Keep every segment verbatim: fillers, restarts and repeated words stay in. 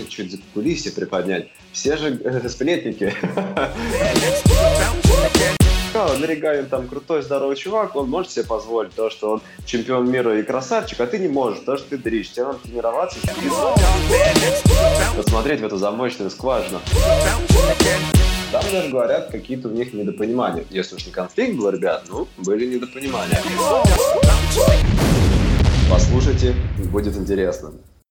чуть за кулисье приподнять. Все же э, сплетники. Наригавин там крутой, здоровый чувак, он может себе позволить то, что он чемпион мира и красавчик, а ты не можешь, то, что ты дрищ. Тебе надо тренироваться, посмотреть в эту замочную скважину. Там даже говорят, какие-то у них недопонимания. Если уж не конфликт был, ребят, ну, были недопонимания. Послушайте, будет интересно.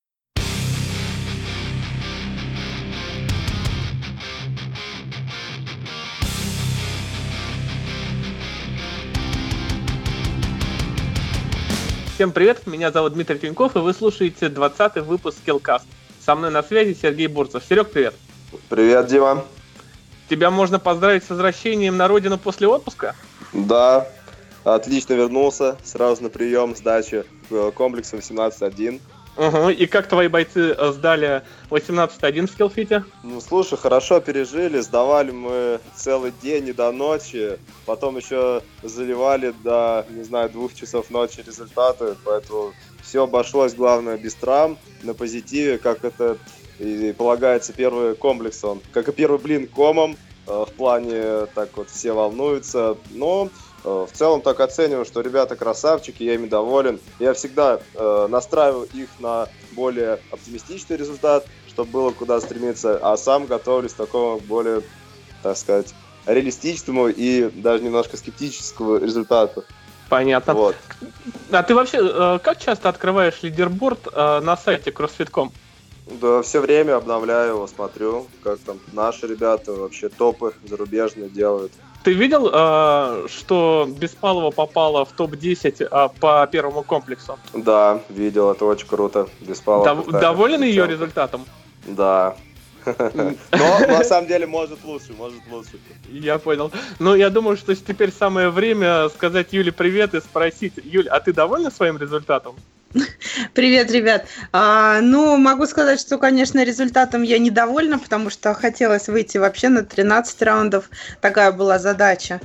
Всем привет, меня зовут Дмитрий Тиньков, и вы слушаете двадцатый выпуск Skillcast. Со мной на связи Сергей Бурцев. Серег, привет. Привет, Дима. Тебя можно поздравить с возвращением на родину после отпуска? Да, отлично вернулся, сразу на прием сдачи комплекса восемнадцать один. Угу. И как твои бойцы сдали восемнадцать один в скиллфите? Ну, слушай, хорошо пережили, сдавали мы целый день и до ночи, потом еще заливали до, не знаю, двух часов ночи результаты, поэтому все обошлось, главное, без травм, на позитиве, как это и полагается первый комплекс, он, как и первый блин комом, в плане, так вот, все волнуются, но... В целом так оцениваю, что ребята красавчики, я ими доволен. Я всегда э, настраиваю их на более оптимистичный результат, чтобы было куда стремиться, а сам готовлюсь к такому более, так сказать, реалистичному и даже немножко скептическому результату. Понятно. Вот. А ты вообще э, как часто открываешь лидерборд э, на сайте кроссфит точка ком? Да, все время обновляю его, смотрю, как там наши ребята вообще топы зарубежные делают. Ты видел, э, что Беспалова попала в топ десять э, по первому комплексу? Да, видел, это очень круто. Беспалова. Дов- доволен ее результатом? Да. Но на самом деле может лучше, может лучше. Я понял. Ну, я думаю, что теперь самое время сказать Юле привет и спросить: Юль, а ты довольна своим результатом? Привет, ребят. А, ну, могу сказать, что, конечно, результатом я недовольна, потому что хотелось выйти вообще на тринадцать раундов. Такая была задача.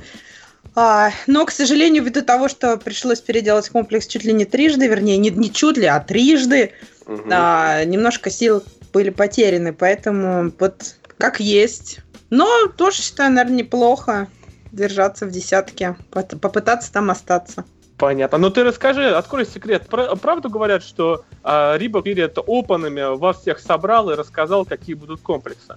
А, но, к сожалению, ввиду того, что пришлось переделать комплекс чуть ли не трижды, вернее, не, не чуть ли, а трижды, угу. а, немножко сил были потеряны, поэтому вот как есть. Но тоже считаю, наверное, неплохо держаться в десятке, попытаться там остаться. Понятно. Но ты расскажи, открой секрет. Правду говорят, что э, Рибок перед опенами вас всех собрал и рассказал, какие будут комплексы?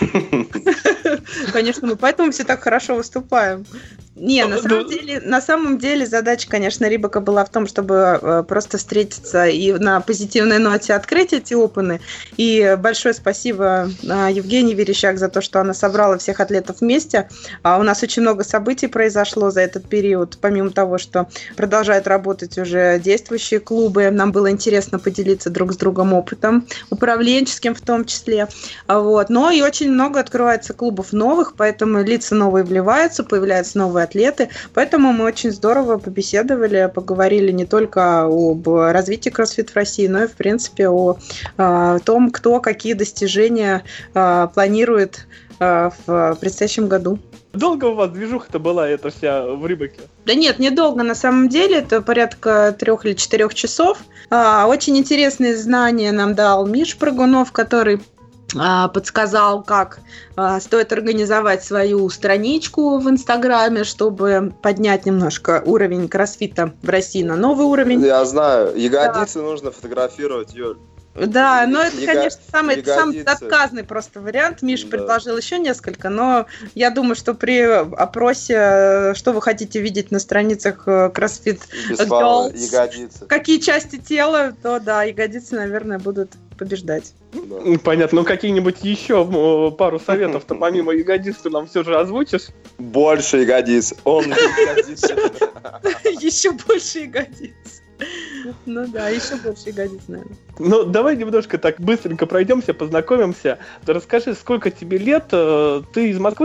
Конечно, мы поэтому все так хорошо выступаем. Не, на самом деле, на самом деле задача, конечно, Рибака была в том, чтобы просто встретиться и на позитивной ноте открыть эти опены. И большое спасибо Евгении Верещак за то, что она собрала всех атлетов вместе. У нас очень много событий произошло за этот период, помимо того, что продолжают работать уже действующие клубы. Нам было интересно поделиться друг с другом опытом, управленческим в том числе. Вот. Но и очень много открывается клубов новых, поэтому лица новые вливаются, появляются новые атлеты. Поэтому мы очень здорово побеседовали, поговорили не только об развитии кроссфит в России, но и, в принципе, о, о том, кто какие достижения а, планирует а, в предстоящем году. Долго у вас движуха-то была эта вся в Рибаке? Да нет, недолго на самом деле, это порядка трех или четырех часов. А, очень интересные знания нам дал Миш Прыгунов, который подсказал, как а, стоит организовать свою страничку в Инстаграме, чтобы поднять немножко уровень кроссфита в России на новый уровень. Я знаю, ягодицы да. нужно фотографировать, Юль. Да, но это, Яго... конечно, самый, это самый отказный просто вариант. Миша да. предложил еще несколько, но я думаю, что при опросе, что вы хотите видеть на страницах CrossFit Girls, ягодицы. Какие части тела, то да, ягодицы, наверное, будут побеждать. Да. Понятно. Ну, какие-нибудь еще пару советов-то помимо ягодиц ты нам все же озвучишь? Больше ягодиц. Он ягодиц. Еще больше ягодиц. Ну да, еще больше ягодиц, наверное. Ну, давай немножко так быстренько пройдемся, познакомимся. Расскажи, сколько тебе лет? Ты из Москвы?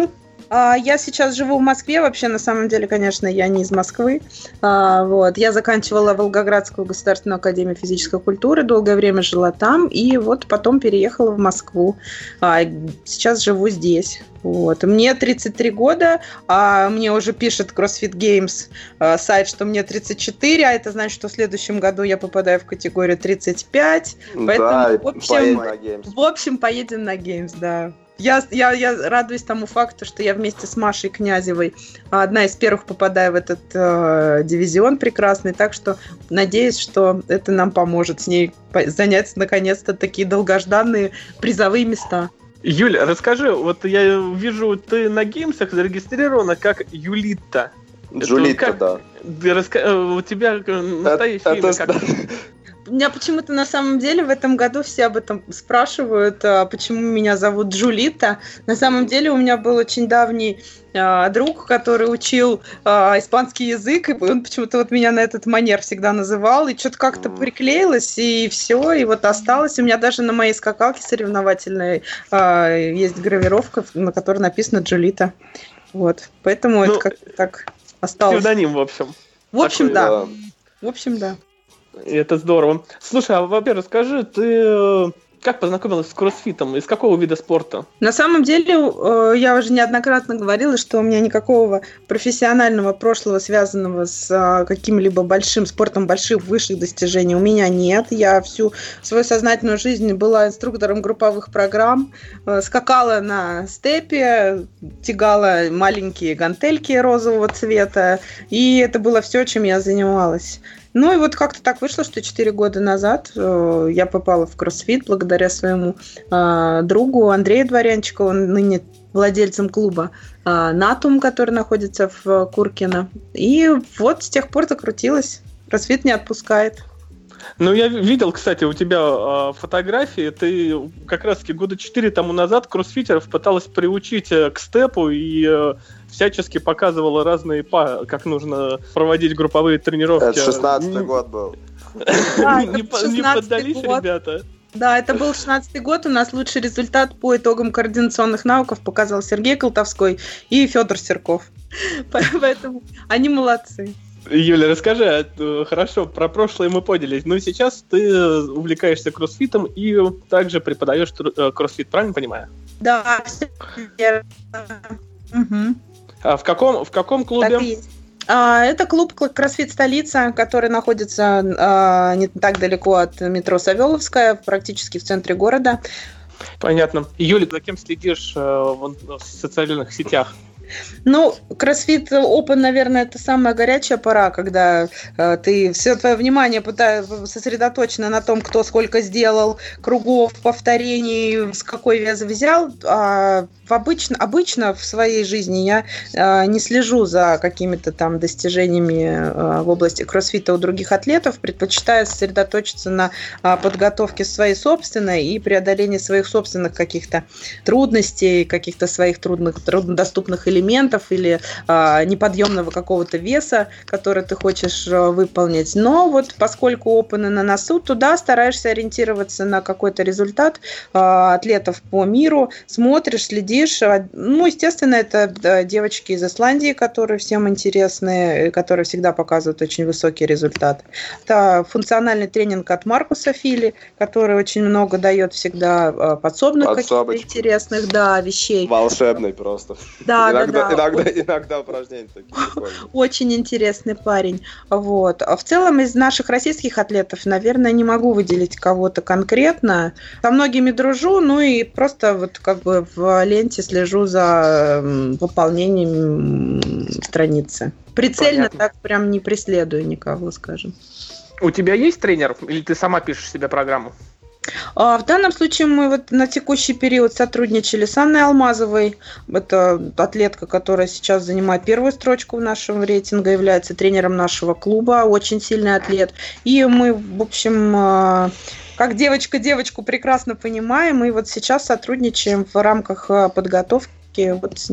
А, я сейчас живу в Москве, вообще, на самом деле, конечно, я не из Москвы. А, вот. Я заканчивала Волгоградскую государственную академию физической культуры, долгое время жила там, и вот потом переехала в Москву. А, сейчас живу здесь. Вот. Мне тридцать три года, а мне уже пишет CrossFit Games а, сайт, что мне тридцать четыре, а это значит, что в следующем году я попадаю в категорию тридцать пять. Поэтому, да, в общем, поедем на Games. В общем, поедем на Games, да. Я, я, я радуюсь тому факту, что я вместе с Машей Князевой одна из первых попадаю в этот э, дивизион прекрасный, так что надеюсь, что это нам поможет с ней занять наконец-то такие долгожданные призовые места. Юля, расскажи, вот я вижу, ты на геймсах зарегистрирована как Юлита. Джулита, да. Раска... У тебя настоящее имя как... Меня почему-то на самом деле в этом году все об этом спрашивают, почему меня зовут Джулита. На самом деле у меня был очень давний э, друг, который учил э, испанский язык, и он почему-то вот меня на этот манер всегда называл, и что-то как-то приклеилось, и все, и вот осталось. У меня даже на моей скакалке соревновательной э, есть гравировка, на которой написано Джулита. Вот, поэтому ну, это как-то так осталось. Псевдоним, в общем. В общем, Такой, да. да. В общем, да. Это здорово. Слушай, а во-первых, скажи, ты как познакомилась с кроссфитом? Из какого вида спорта? На самом деле, я уже неоднократно говорила, что у меня никакого профессионального прошлого, связанного с каким-либо большим спортом, больших высших достижений у меня нет. Я всю свою сознательную жизнь была инструктором групповых программ, скакала на степе, тягала маленькие гантельки розового цвета, и это было все, чем я занималась. Ну и вот как-то так вышло, что четыре года назад э, я попала в кроссфит благодаря своему э, другу Андрею Дворянчику, он ныне владельцем клуба э, Натум, который находится в Куркино. И вот с тех пор закрутилась. Кроссфит не отпускает. Ну, я видел, кстати, у тебя э, фотографии. Ты как раз-таки года четыре тому назад кроссфитеров пыталась приучить э, к степу и э, всячески показывала разные па, как нужно проводить групповые тренировки. Это шестнадцатый год был. Не поддались, ребята? Да, это был шестнадцатый год. У нас лучший результат по итогам координационных навыков показал Сергей Колтовской и Федор Серков. Поэтому они молодцы. Юля, расскажи, хорошо, про прошлое мы поняли, но сейчас ты увлекаешься кроссфитом и также преподаешь кроссфит, правильно понимаю? Да, все верно. Угу. А в каком, в каком клубе? Так и есть. А, это клуб «Кроссфит Столица», который находится а, не так далеко от метро Савеловская, практически в центре города. Понятно. Юля, за кем следишь а, в социальных сетях? Ну, CrossFit Open, наверное, это самая горячая пора, когда э, ты все твое внимание пытаешься сосредоточено на том, кто сколько сделал кругов, повторений, с какой вес взял. А в обычно, обычно в своей жизни я э, не слежу за какими-то там достижениями э, в области кроссфита у других атлетов, предпочитаю сосредоточиться на э, подготовке своей собственной и преодолении своих собственных каких-то трудностей, каких-то своих трудных, труднодоступных элементов. элементов или а, неподъемного какого-то веса, который ты хочешь а, выполнить. Но вот поскольку опены на носу, туда стараешься ориентироваться на какой-то результат а, атлетов по миру, смотришь, следишь. Ну, естественно, это да, девочки из Исландии, которые всем интересны, которые всегда показывают очень высокий результат. Это функциональный тренинг от Маркуса Фили, который очень много дает всегда а, подсобных каких-то интересных да, вещей. Волшебный просто. Да, иногда, да, да. Иногда, иногда упражнения такие прикольные. Очень интересный парень. Вот. А в целом из наших российских атлетов, наверное, не могу выделить кого-то конкретно. Со многими дружу, ну и просто вот как бы в ленте слежу за выполнением страницы. Прицельно Понятно. Так прям не преследую никого, скажем. У тебя есть тренер или ты сама пишешь себе программу? В данном случае мы вот на текущий период сотрудничали с Анной Алмазовой. Это атлетка, которая сейчас занимает первую строчку в нашем рейтинге, является тренером нашего клуба, очень сильный атлет. И мы, в общем, как девочка девочку прекрасно понимаем, и вот сейчас сотрудничаем в рамках подготовки вот с ней.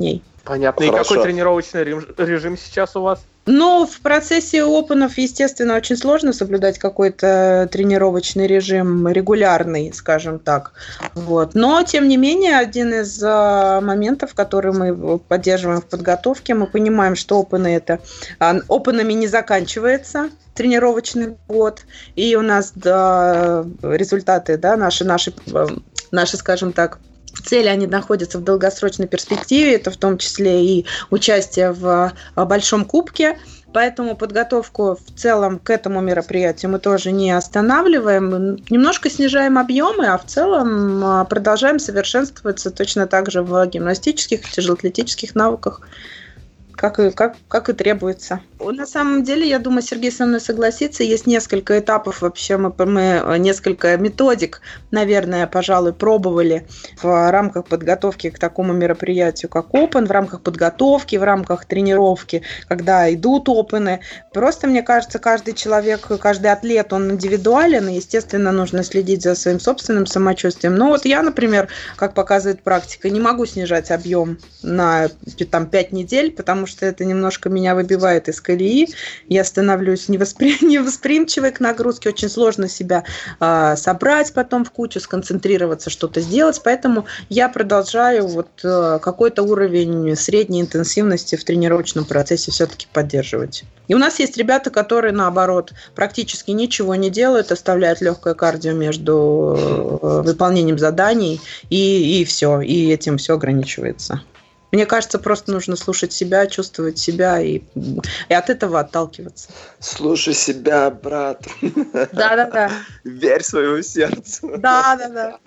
Понятно. Хорошо. И какой тренировочный режим сейчас у вас? Ну, в процессе опенов, естественно, очень сложно соблюдать какой-то тренировочный режим, регулярный, скажем так. Вот. Но, тем не менее, один из а, моментов, который мы поддерживаем в подготовке, мы понимаем, что опены это а, опенами не заканчивается тренировочный год, и у нас да, результаты, да, наши, наши, наши, скажем так, цели, они находятся в долгосрочной перспективе, это в том числе и участие в Большом кубке, поэтому подготовку в целом к этому мероприятию мы тоже не останавливаем, немножко снижаем объемы, а в целом продолжаем совершенствоваться точно так же в гимнастических, тяжелоатлетических навыках. Как и, как, как и требуется. На самом деле, я думаю, Сергей со мной согласится, есть несколько этапов вообще, мы, мы несколько методик, наверное, пожалуй, пробовали в рамках подготовки к такому мероприятию, как Open, в рамках подготовки, в рамках тренировки, когда идут опены. Просто, мне кажется, каждый человек, каждый атлет, он индивидуален, и, естественно, нужно следить за своим собственным самочувствием. Но вот я, например, как показывает практика, не могу снижать объем на там, пять недель, потому что это немножко меня выбивает из колеи, я становлюсь невоспри... невосприимчивой к нагрузке, очень сложно себя э, собрать потом в кучу, сконцентрироваться, что-то сделать, поэтому я продолжаю вот э, какой-то уровень средней интенсивности в тренировочном процессе все-таки поддерживать. И у нас есть ребята, которые, наоборот, практически ничего не делают, оставляют легкое кардио между э, выполнением заданий, и, и все, и этим все ограничивается. Мне кажется, просто нужно слушать себя, чувствовать себя и, и от этого отталкиваться. Слушай себя, брат. Да-да-да. Верь своему сердцу. Да-да-да.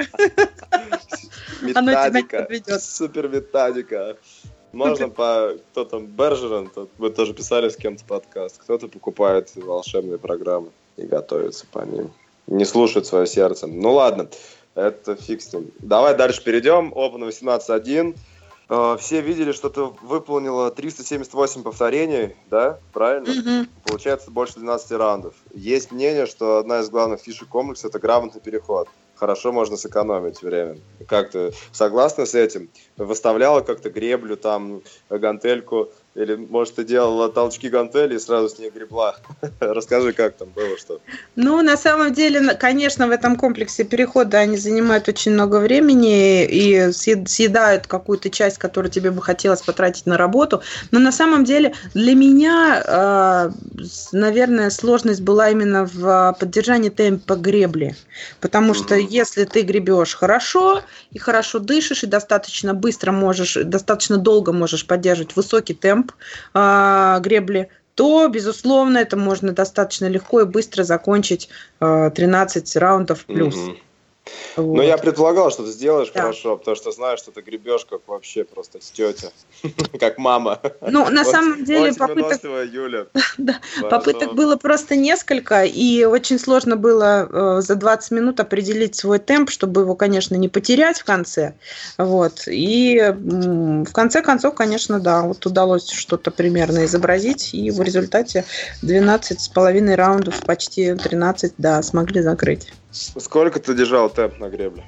Оно тебя не подведет. Супер методика. Можно по... Кто там? Бержерон? Вы тоже писали с кем-то подкаст. Кто-то покупает волшебные программы и готовится по ним. Не слушает свое сердце. Ну ладно, это фиг с ним. Давай дальше перейдем. Open восемнадцать один. Все видели, что ты выполнила триста семьдесят восемь повторений, да? Правильно? Mm-hmm. Получается больше двенадцати раундов. Есть мнение, что одна из главных фишек комплекса – это грамотный переход. Хорошо можно сэкономить время. Как ты согласна с этим? Выставляла как-то греблю, там, гантельку? Или, может, ты делала толчки гантели и сразу с ней гребла? Расскажи, как там было, что? Ну, на самом деле, конечно, в этом комплексе переходы, они занимают очень много времени и съедают какую-то часть, которую тебе бы хотелось потратить на работу. Но на самом деле для меня, наверное, сложность была именно в поддержании темпа гребли. Потому что mm-hmm. если ты гребешь хорошо и хорошо дышишь, и достаточно быстро можешь, достаточно долго можешь поддерживать высокий темп э, гребли, то, безусловно, это можно достаточно легко и быстро закончить э, тринадцать раундов плюс. Mm-hmm. Вот. Но я предполагал, что ты сделаешь да. хорошо, потому что знаю, что ты гребешь как вообще просто тетя, как мама. Ну, на самом деле попыток... попыток было просто несколько, и очень сложно было за двадцать минут определить свой темп, чтобы его, конечно, не потерять в конце. Вот. И в конце концов, конечно, да, вот удалось что-то примерно изобразить, и в результате двенадцать с половиной раундов, почти тринадцать, да, смогли закрыть. Сколько ты держал темп на гребле?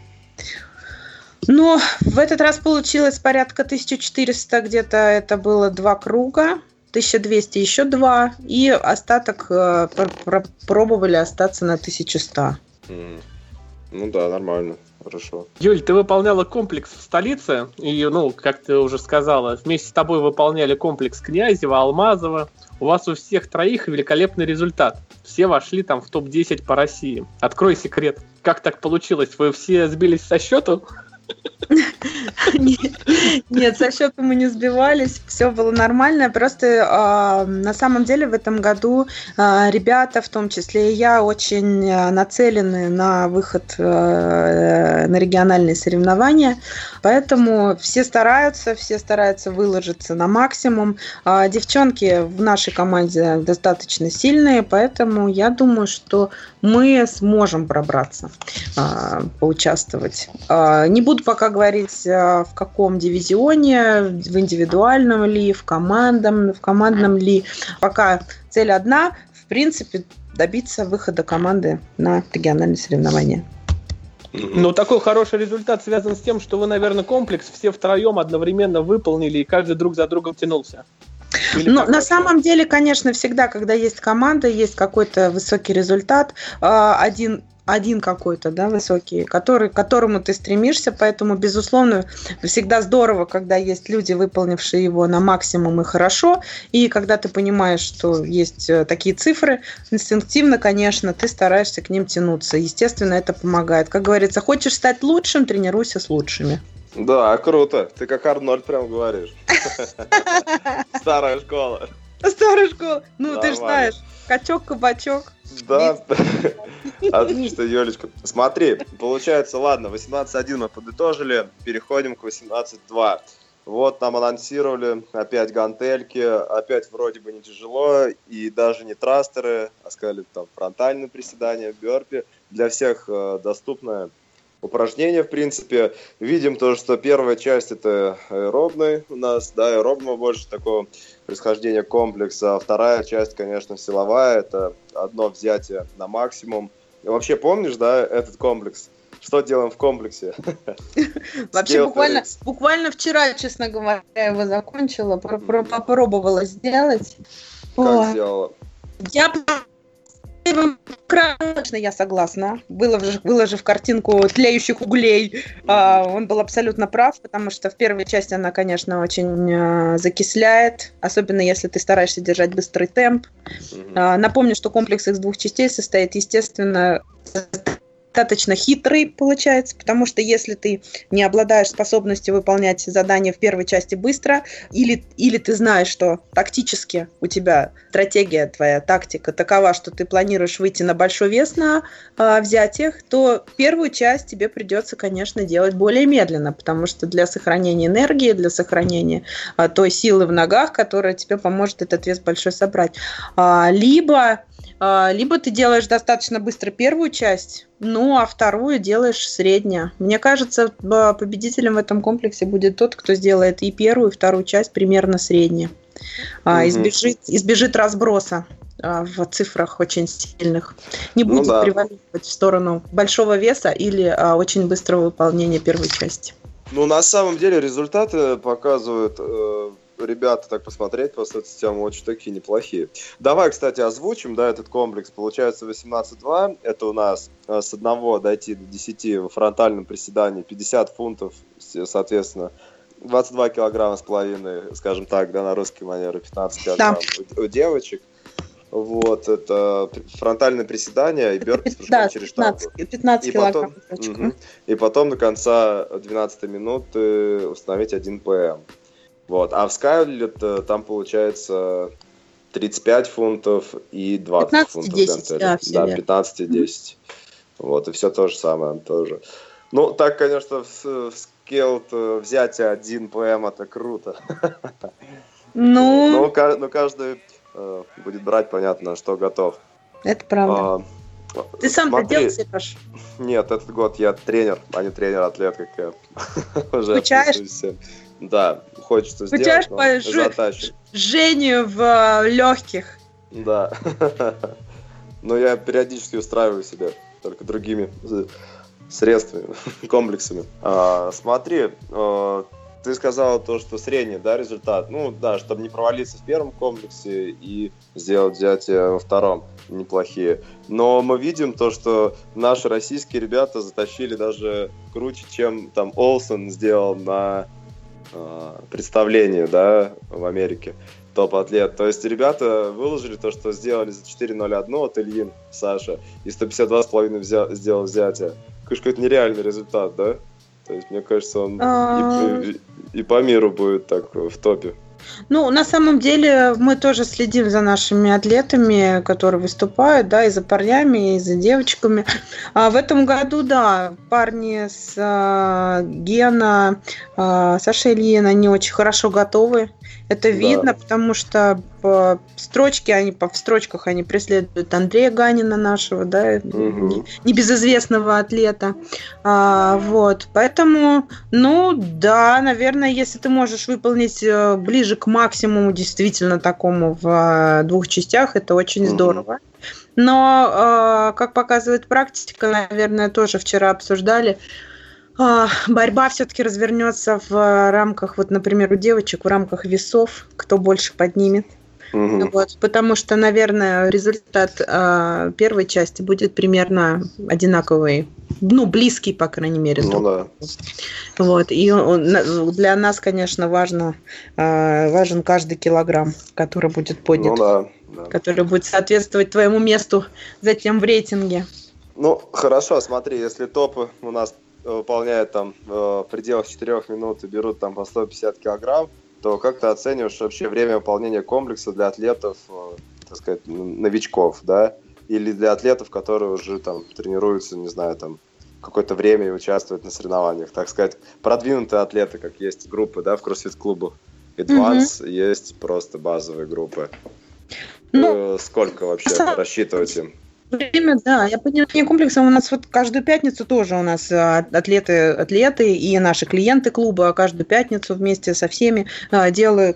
Ну, в этот раз получилось порядка тысяча четыреста, где-то это было два круга, тысяча двести еще два, и остаток э, пробовали остаться на тысяча сто. Mm. Ну да, нормально, хорошо. Юль, ты выполняла комплекс в столице, и, ну, как ты уже сказала, вместе с тобой выполняли комплекс Князева, Алмазова. У вас у всех троих великолепный результат. Все вошли там в топ десять по России. Открой секрет. Как так получилось? Вы все сбились со счету? Нет, со счета мы не сбивались, все было нормально. Просто э, на самом деле в этом году э, ребята, в том числе и я, очень нацелены на выход э, на региональные соревнования. Поэтому все стараются, все стараются выложиться на максимум. Э, девчонки в нашей команде достаточно сильные, поэтому я думаю, что мы сможем пробраться, э, поучаствовать. Э, не буду пока говорить, в каком дивизионе, в индивидуальном ли, в командном, в командном ли. Пока цель одна, в принципе, добиться выхода команды на региональные соревнования. Ну, такой хороший результат связан с тем, что вы, наверное, комплекс все втроем одновременно выполнили, и каждый друг за другом тянулся. Ну, на самом деле, конечно, всегда, когда есть команда, есть какой-то высокий результат, один, один какой-то, да, высокий, который, к которому ты стремишься, поэтому, безусловно, всегда здорово, когда есть люди, выполнившие его на максимум и хорошо, и когда ты понимаешь, что есть такие цифры, инстинктивно, конечно, ты стараешься к ним тянуться. Естественно, это помогает. Как говорится, хочешь стать лучшим, тренируйся с лучшими. Да, круто. Ты как Арнольд прям говоришь. Старая школа. Старая школа. Ну, ты же знаешь, качок-кабачок. Да. Отлично, Юлечка. Смотри, получается, ладно, восемнадцать один мы подытожили, переходим к восемнадцать два. Вот нам анонсировали опять гантельки, опять вроде бы не тяжело, и даже не трастеры, а сказали там фронтальное приседание, бёрпи. Для всех э, доступное упражнение, в принципе. Видим то, что первая часть это аэробный у нас, да, аэробного больше такого происхождения комплекса, а вторая часть, конечно, силовая, это одно взятие на максимум. И вообще помнишь, да, этот комплекс? Что делаем в комплексе? Вообще буквально, буквально вчера, честно говоря, его закончила, попробовала сделать. Как сделала? Я Конечно, я согласна. Выложив, выложив картинку тлеющих углей, э, он был абсолютно прав, потому что в первой части она, конечно, очень э, закисляет, особенно если ты стараешься держать быстрый темп. Mm-hmm. Э, напомню, что комплекс из двух частей состоит, естественно, достаточно хитрый получается, потому что если ты не обладаешь способностью выполнять задания в первой части быстро, или, или ты знаешь, что тактически у тебя стратегия, твоя тактика такова, что ты планируешь выйти на большой вес на э, взятиях, то первую часть тебе придется, конечно, делать более медленно, потому что для сохранения энергии, для сохранения э, той силы в ногах, которая тебе поможет этот вес большой собрать. А, либо Либо ты делаешь достаточно быстро первую часть, ну а вторую делаешь среднюю. Мне кажется, победителем в этом комплексе будет тот, кто сделает и первую, и вторую часть примерно среднюю. Mm-hmm. Избежит, избежит разброса в цифрах очень сильных. Не будет ну, да. преваливать в сторону большого веса или очень быстрого выполнения первой части. Ну, на самом деле результаты показывают... Э- ребята, так посмотреть по соцсетям, очень такие неплохие. Давай, кстати, озвучим, да, этот комплекс. Получается восемнадцать два. Это у нас с одного дойти до десяти в фронтальном приседании, пятьдесят фунтов, соответственно, двадцать два килограмма с половиной, скажем так, да, на русский манер, пятнадцать килограмм да. у, у девочек. Вот, это фронтальное приседание и бёрпи с прыжком через штангу. пятнадцать килограмм. Угу, и потом до конца двенадцатой минуты установить один пэ эм. Вот. А в Skylет там получается тридцать пять фунтов и двадцать фунтов гантели. Да, да, пятнадцать и десять. Mm-hmm. Вот, и все то же самое тоже. Ну, так, конечно, в, в скелт взятие один пэ эм это круто. Ну, ну, ну каждый э, будет брать, понятно, что готов. Это правда. А, Ты сам-то делал, Сереж? Нет, этот год я тренер, а не тренер-атлет, как я. Скучаешь? Да, хочется Скучаешь сделать, но затащим. Женю в легких. Да. Но я периодически устраиваю себя только другими средствами, комплексами. А, смотри, а, ты сказала то, что средний, да, результат. Ну, да, чтобы не провалиться в первом комплексе и сделать взятие во втором. Неплохие. Но мы видим то, что наши российские ребята затащили даже круче, чем там Олсен сделал на представление, да, в Америке, топ-атлет. То есть ребята выложили то, что сделали за четыре ноль один от Ильин, Саша, и сто пятьдесят два с половиной взя- сделал взятие. Конечно, какой-то нереальный результат, да? То есть, мне кажется, он и, и, и по миру будет так в топе. Ну, на самом деле, мы тоже следим за нашими атлетами, которые выступают, да, и за парнями, и за девочками. А в этом году, да, парни с а, Гена, а, Саша Ильин, они очень хорошо готовы. Это видно, да. Потому что по строчке, они, по, в строчках они преследуют Андрея Ганина нашего, да, угу. небезызвестного атлета. А, вот, поэтому, ну, да, наверное, если ты можешь выполнить ближе к максимуму, действительно такому в двух частях, это очень угу. здорово. Но, как показывает практика, наверное, тоже вчера обсуждали, борьба все-таки развернется в рамках, вот, например, у девочек в рамках весов, кто больше поднимет. Угу. Вот, потому что, наверное, результат э, первой части будет примерно одинаковый, ну, близкий, по крайней мере. Ну, да. Вот, и он, для нас, конечно, важно, э, важен каждый килограмм, который будет поднят, ну, да, да. который будет соответствовать твоему месту затем в рейтинге. Ну, хорошо, смотри, если топы у нас выполняют там в пределах четырёх минут и берут там по сто пятьдесят килограмм, то как ты оцениваешь вообще время выполнения комплекса для атлетов, так сказать, новичков, да, или для атлетов, которые уже там тренируются, не знаю, там какое-то время и участвуют на соревнованиях, так сказать, продвинутые атлеты, как есть группы, да, в кроссфит-клубах, Advance, mm-hmm. есть просто базовые группы. Ну, сколько вообще рассчитывать им? Время, да. Я понимаю, комплексом у нас вот каждую пятницу тоже у нас атлеты, атлеты и наши клиенты клуба каждую пятницу вместе со всеми делают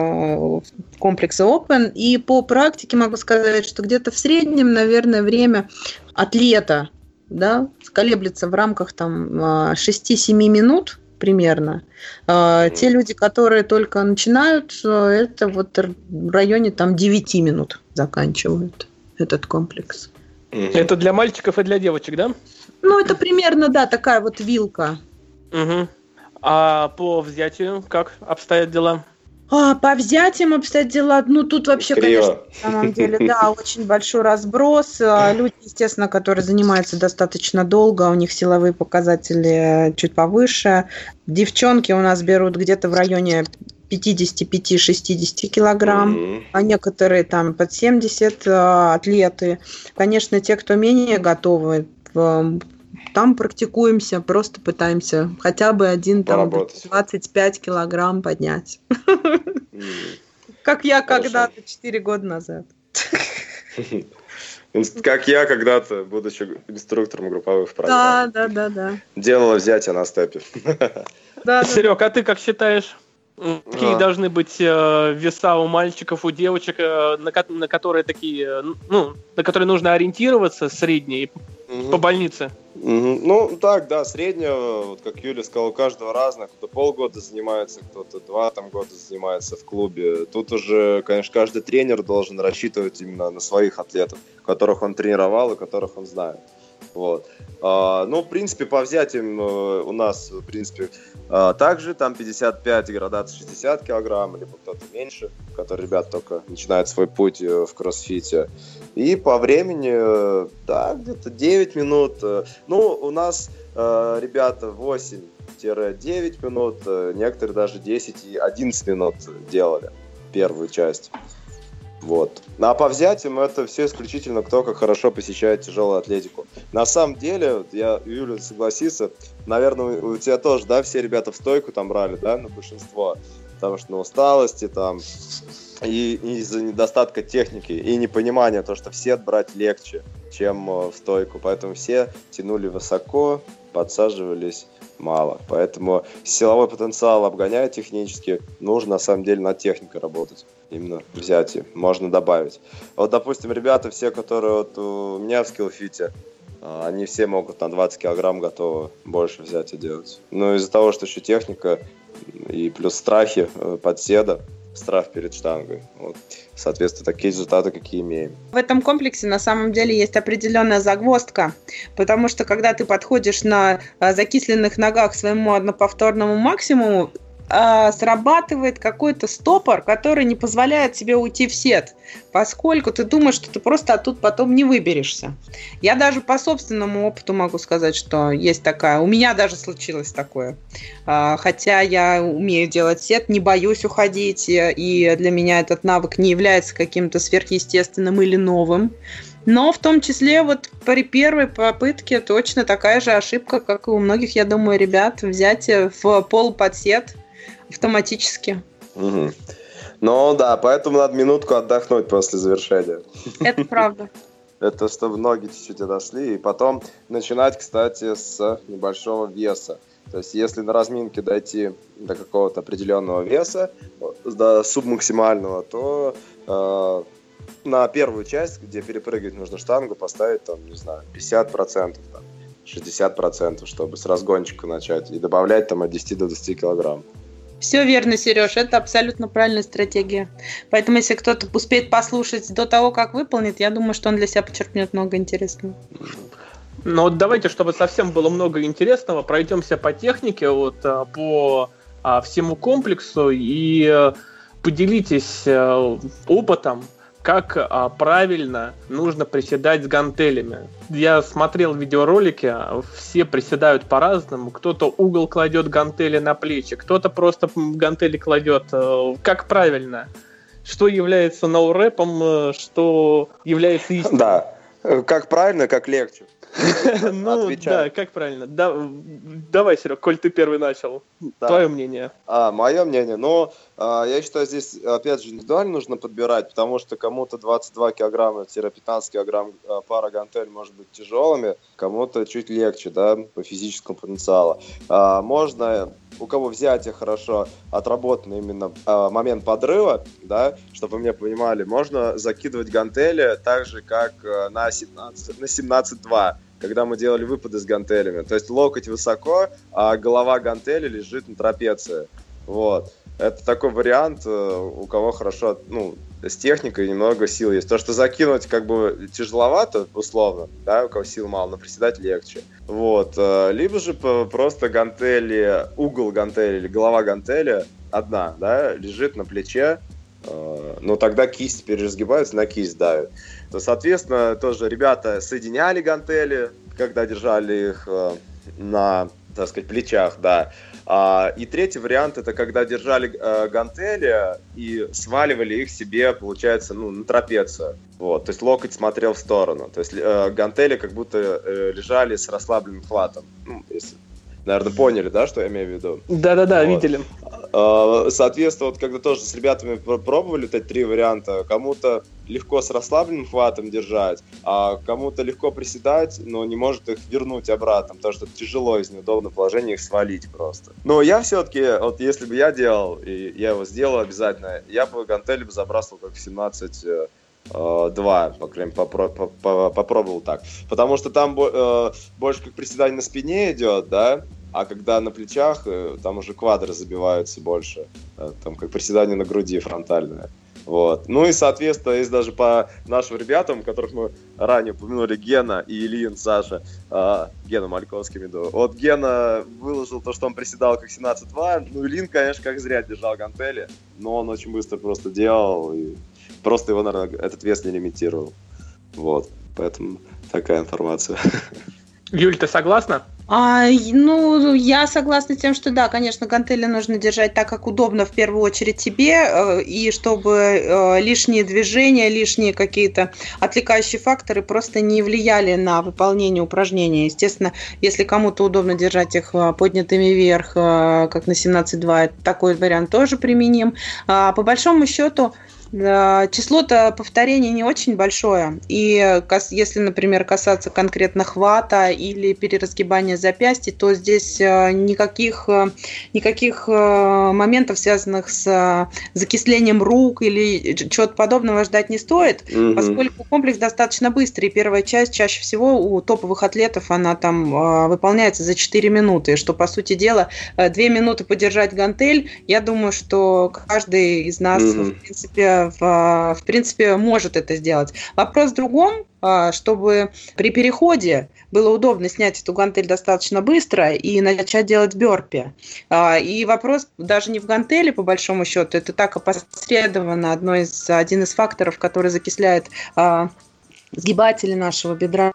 комплексы Open. И по практике могу сказать, что где-то в среднем, наверное, время атлета, да, колеблется в рамках там шесть-семь минут примерно. Те люди, которые только начинают, это вот в районе там девять минут заканчивают этот комплекс. Это для мальчиков и для девочек, да? Ну, это примерно, да, такая вот вилка. Угу. А по взятию как обстоят дела? А, по взятиям обстоят дела, ну, тут вообще, Криво. конечно, на самом деле, да, очень большой разброс. Люди, естественно, которые занимаются достаточно долго, у них силовые показатели чуть повыше. Девчонки у нас берут где-то в районе пятьдесят пять - шестьдесят килограмм, mm-hmm. а некоторые там под семьдесят а, атлеты. Конечно, те, кто менее готовы, там практикуемся, просто пытаемся хотя бы один там двадцать пять килограмм поднять. Mm-hmm. Как я Хорошо. Когда-то четыре года назад. Как я когда-то, будучи инструктором групповых программ. Да, да, да, да. Делала взятие на степе. Да, Серег, а ты как считаешь? Какие а. должны быть э, веса у мальчиков, у девочек, э, на, на которые такие, ну, на которые нужно ориентироваться, средние, угу. по больнице? Угу. Ну, так, да, среднее, вот как Юля сказала, у каждого разное. Кто-то полгода занимается, кто-то два там, года занимается в клубе. Тут уже, конечно, каждый тренер должен рассчитывать именно на своих атлетов, которых он тренировал и которых он знает. Вот. А, ну, в принципе, по взятиям э, у нас, в принципе, э, также там пятьдесят пять, градация шестьдесят килограмм, либо кто-то меньше, который, ребят, только начинают свой путь э, в кроссфите. И по времени, э, да, где-то девять минут. Э, ну, у нас э, ребята восемь-девять минут, э, некоторые даже десять и одиннадцать минут делали первую часть. Вот. А по взятиям это все исключительно кто как хорошо посещает тяжелую атлетику. На самом деле, я, Юля, согласится, наверное, у тебя тоже, да, все ребята в стойку там брали, да, на большинство, потому что на усталости там и, и из-за недостатка техники и непонимания, то, что в сет брать легче, чем в стойку, поэтому все тянули высоко, подсаживались мало, поэтому силовой потенциал обгоняя технически, нужно на самом деле над техникой работать. Именно взятие можно добавить. Вот, допустим, ребята все, которые вот у меня в скиллфите, они все могут на двадцать килограмм готовы больше взятия делать. Но из-за того, что еще техника и плюс страхи подседа, страх перед штангой. Вот. Соответственно, такие результаты, какие имеем. В этом комплексе на самом деле есть определенная загвоздка, потому что когда ты подходишь на закисленных ногах к своему одноповторному максимуму, срабатывает какой-то стопор, который не позволяет тебе уйти в сет, поскольку ты думаешь, что ты просто оттуда потом не выберешься. Я даже по собственному опыту могу сказать, что есть такая, у меня даже случилось такое. Хотя я умею делать сет, не боюсь уходить, и для меня этот навык не является каким-то сверхъестественным или новым. Но в том числе вот при первой попытке точно такая же ошибка, как и у многих, я думаю, ребят, взятие в полуподсет автоматически. Угу. Ну да, поэтому надо минутку отдохнуть после завершения. Это правда. Это чтобы ноги чуть-чуть отошли. И потом начинать, кстати, с небольшого веса. То есть если на разминке дойти до какого-то определенного веса, до субмаксимального, то э, на первую часть, где перепрыгивать нужно штангу, поставить, там, не знаю, пятьдесят процентов, там, шестьдесят процентов, чтобы с разгончика начать, и добавлять там от десяти до двадцати килограмм. Все верно, Сереж, это абсолютно правильная стратегия. Поэтому, если кто-то успеет послушать до того, как выполнит, я думаю, что он для себя подчеркнет много интересного. Ну вот давайте, чтобы совсем было много интересного, пройдемся по технике, вот, по а, всему комплексу и а, поделитесь а, опытом, как а, правильно нужно приседать с гантелями. Я смотрел видеоролики, все приседают по-разному. Кто-то угол кладет гантели на плечи, кто-то просто гантели кладет. Как правильно? Что является ноу-рэпом, что является истиной? Да, как правильно, как легче. Ну, да, как правильно. Давай, Серег, коль ты первый начал. Твое мнение. А, мое мнение. Ну, я считаю, здесь, опять же, индивидуально нужно подбирать, потому что кому-то двадцать два килограмма-пятнадцать килограмм пара гантель может быть тяжелыми, кому-то чуть легче, да, по физическому потенциалу. Можно, у кого взятие хорошо отработано именно момент подрыва, да, чтобы вы меня понимали, можно закидывать гантели так же, как на семнадцать два. Когда мы делали выпады с гантелями. То есть локоть высоко, а голова гантели лежит на трапеции. Вот. Это такой вариант, у кого хорошо, ну, с техникой немного сил есть. То, что закинуть как бы тяжеловато, условно, да, у кого сил мало, но приседать легче. Вот. Либо же просто гантели, угол гантели или голова гантели одна, да, лежит на плече, но тогда кисть переразгибается, на кисть давит. То, соответственно, тоже ребята соединяли гантели, когда держали их э, на, так сказать, плечах, да. А, и третий вариант — это когда держали э, гантели и сваливали их себе, получается, ну, на трапецию. Вот, то есть локоть смотрел в сторону. То есть э, гантели как будто э, лежали с расслабленным хватом. Ну, если, наверное, поняли, да, что я имею в виду? Да-да-да, вот. Видели. Соответственно, вот когда тоже с ребятами пробовали вот эти три варианта, кому-то легко с расслабленным хватом держать, а кому-то легко приседать, но не может их вернуть обратно, потому что тяжело из неудобного положения их свалить просто. Но я все-таки, вот если бы я делал, и я его сделал обязательно, я бы гантели бы забрасывал как в семнадцать два, по крайней мере, попро- попробовал так. Потому что там э, больше как приседание на спине идет, да, а когда на плечах, там уже квадры забиваются больше, там как приседание на груди фронтальное. Вот. Ну и, соответственно, есть даже по нашим ребятам, которых мы ранее упомянули, Гена и Ильин, Саша, э, Гена Мальковский, имею. Вот Гена выложил то, что он приседал как семнадцать два, ну Ильин, конечно, как зря держал гантели, но он очень быстро просто делал, и просто его, наверное, этот вес не лимитировал. Вот, поэтому такая информация. Юль, ты согласна? А, ну, я согласна с тем, что да, конечно, гантели нужно держать так, как удобно в первую очередь тебе, и чтобы лишние движения, лишние какие-то отвлекающие факторы просто не влияли на выполнение упражнения. Естественно, если кому-то удобно держать их поднятыми вверх, как на семнадцать два, такой вариант тоже применим. А, по большому счету, число-то повторений не очень большое, и если, например, касаться конкретно хвата или переразгибания запястья, то здесь никаких, никаких моментов, связанных с закислением рук или чего-то подобного, ждать не стоит, mm-hmm. поскольку комплекс достаточно быстрый, и первая часть чаще всего у топовых атлетов она там выполняется за четыре минуты, что, по сути дела, две минуты подержать гантель, я думаю, что каждый из нас, mm-hmm. в принципе, В, в принципе, может это сделать. Вопрос в другом, чтобы при переходе было удобно снять эту гантель достаточно быстро и начать делать бёрпи. И вопрос даже не в гантели, по большому счету, это так опосредованно одно из, один из факторов, который закисляет сгибатели нашего бедра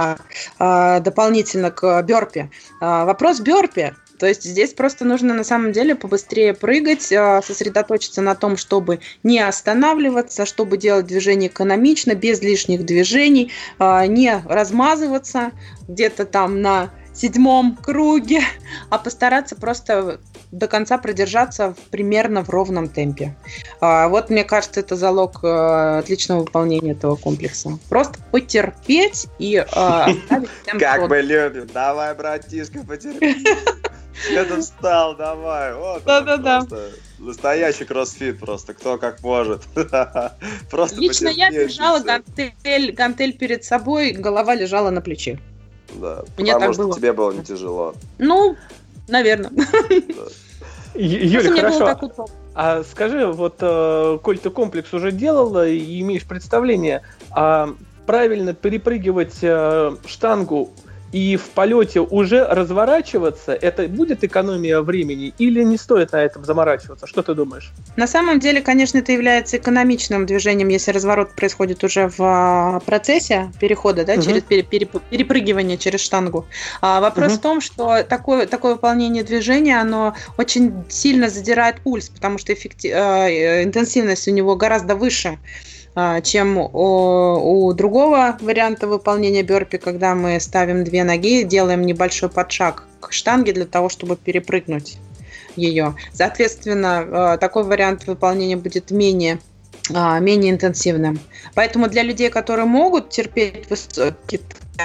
дополнительно к бёрпи. Вопрос бёрпи. То есть здесь просто нужно на самом деле побыстрее прыгать, сосредоточиться на том, чтобы не останавливаться, чтобы делать движение экономично, без лишних движений, не размазываться где-то там на седьмом круге, а постараться просто до конца продержаться примерно в ровном темпе. Вот, мне кажется, это залог отличного выполнения этого комплекса. Просто потерпеть и оставить темп. Как мы любим. Давай, братишка, потерпи. Я тут встал, давай. Вот. Да-да-да. Настоящий кроссфит просто, кто как может. Просто лично я держала гантель, гантель перед собой, голова лежала на плече. Да, Мне потому так что было. Тебе было не тяжело. Ну, наверное. Да. Юля, хорошо. А скажи, вот, коль ты комплекс уже делала и имеешь представление, а правильно перепрыгивать штангу и в полете уже разворачиваться, это будет экономия времени или не стоит на этом заморачиваться? Что ты думаешь? На самом деле, конечно, это является экономичным движением, если разворот происходит уже в процессе перехода, да, угу. через перепрыгивание через штангу. А вопрос угу. в том, что такое, такое выполнение движения, оно очень сильно задирает пульс, потому что эффектив... интенсивность у него гораздо выше, чем у, у другого варианта выполнения бёрпи, когда мы ставим две ноги, делаем небольшой подшаг к штанге для того, чтобы перепрыгнуть ее. Соответственно, такой вариант выполнения будет менее, менее интенсивным. Поэтому для людей, которые могут терпеть высокий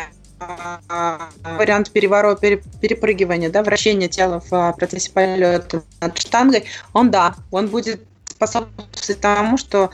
вариант переворота, перепрыгивания, да, вращения тела в процессе полета над штангой, он да, он будет способствовать тому, что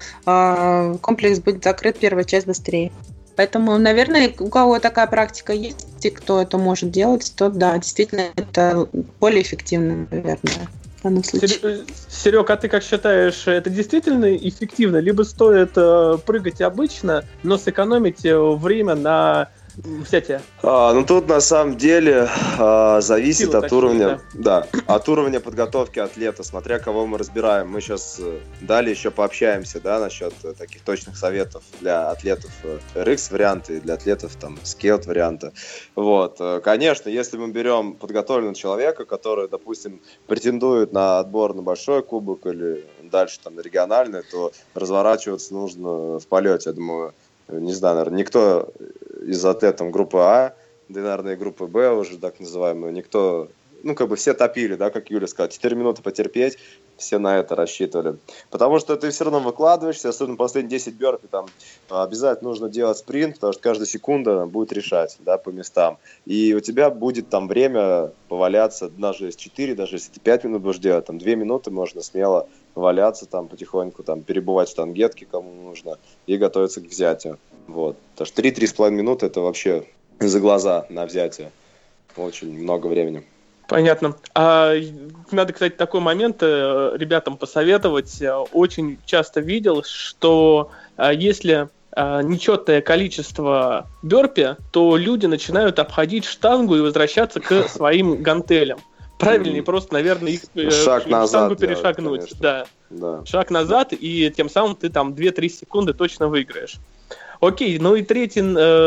э, комплекс будет закрыт, первая часть быстрее. Поэтому, наверное, у кого такая практика есть, и кто это может делать, то да, действительно, это более эффективно, наверное, в данном случае. Серег, а ты как считаешь, это действительно эффективно? Либо стоит э, прыгать обычно, но сэкономить время на взятие? А, ну тут на самом деле а, зависит Сила, от точнее, уровня, да. да, от уровня подготовки атлета, смотря кого мы разбираем. Мы сейчас далее еще пообщаемся, да, насчет таких точных советов для атлетов эр икс варианта и для атлетов там скелет варианта. Вот, конечно, если мы берем подготовленного человека, который, допустим, претендует на отбор на большой кубок или дальше там на региональный, то разворачиваться нужно в полете, я думаю. Не знаю, наверное, никто из атлетов группы А, да, наверное, и группы Б уже так называемые, никто, ну, как бы все топили, да, как Юля сказала, четыре минуты потерпеть, все на это рассчитывали. Потому что ты все равно выкладываешься, особенно последние десять бёрпи, там обязательно нужно делать спринт, потому что каждая секунда будет решать, да, по местам. И у тебя будет там время поваляться, даже если четыре, даже если ты пять минут будешь делать, там две минуты можно смело валяться там потихоньку, там перебывать в штангетке, кому нужно, и готовиться к взятию. Вот. Потому что три-три с половиной минуты это вообще за глаза на взятие. Очень много времени. Понятно. А, надо, кстати, такой момент э, ребятам посоветовать. Очень часто видел, что э, если э, нечетное количество бёрпи, то люди начинают обходить штангу и возвращаться к своим гантелям. Правильнее просто, наверное, их шаг штангу назад перешагнуть. Делать, да. Да. Шаг назад, и тем самым ты там две-три секунды точно выиграешь. Окей, ну и третий,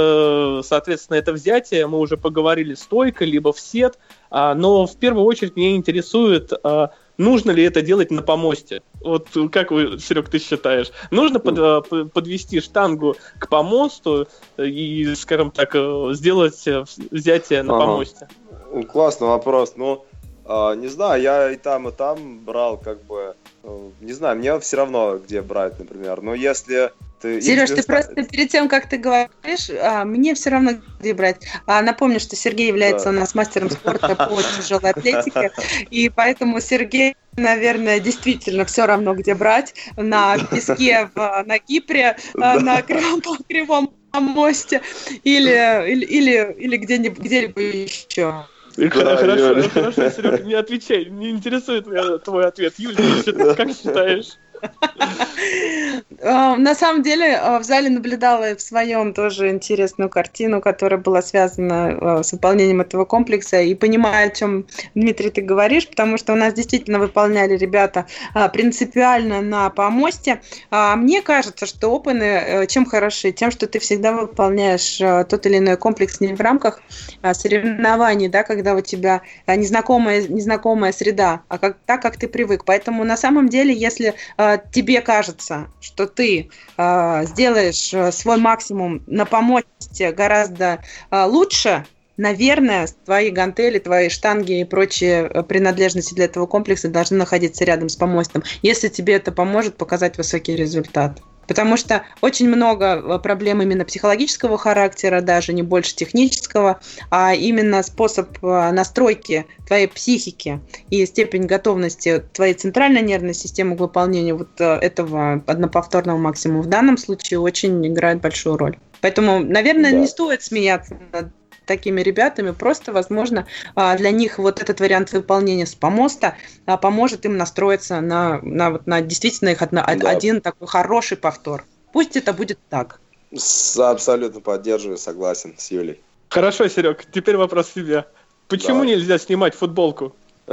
э, соответственно, это взятие. Мы уже поговорили, стойка, либо всет. А, но в первую очередь меня интересует, а, нужно ли это делать на помосте. Вот как вы, Серег, ты считаешь? Нужно под, подвести штангу к помосту и, скажем так, сделать взятие на ага. помосте? Классный вопрос. Ну, э, не знаю, я и там, и там брал, как бы, э, не знаю, мне все равно, где брать, например. Но если ты... Сереж, если... ты просто перед тем, как ты говоришь, а, мне все равно, где брать. А, напомню, что Сергей является да. у нас мастером спорта по тяжелой атлетике, и поэтому Сергей, наверное, действительно все равно, где брать. На песке в, на Кипре, да. на кривом, кривом мосте или, или, или, или где-нибудь, где-либо еще. Да, хорошо, Юля. хорошо, Серега, не отвечай, не интересует меня твой ответ. Юля, ты как считаешь? На самом деле в зале наблюдала в своем тоже интересную картину, которая была связана с выполнением этого комплекса, и понимаю, о чем, Дмитрий, ты говоришь, потому что у нас действительно выполняли ребята принципиально на помосте. Мне кажется, что опены чем хороши? Тем, что ты всегда выполняешь тот или иной комплекс не в рамках соревнований, да, когда у тебя незнакомая, незнакомая среда, а как, так, как ты привык. Поэтому на самом деле, если тебе кажется, что ты э, сделаешь свой максимум на помосте гораздо э, лучше, наверное, твои гантели, твои штанги и прочие принадлежности для этого комплекса должны находиться рядом с помостом, если тебе это поможет показать высокий результат. Потому что очень много проблем именно психологического характера, даже не больше технического, а именно способ настройки твоей психики и степень готовности твоей центральной нервной системы к выполнению вот этого одноповторного максимума в данном случае очень играет большую роль. Поэтому, наверное, да. не стоит смеяться над такими ребятами, просто, возможно, для них вот этот вариант выполнения с помоста поможет им настроиться на, на, вот, на действительно их одно, да. один такой хороший повтор. Пусть это будет так. Абсолютно поддерживаю, согласен с Юлей. Хорошо, Серег, теперь вопрос себе. Почему Давай. нельзя снимать футболку?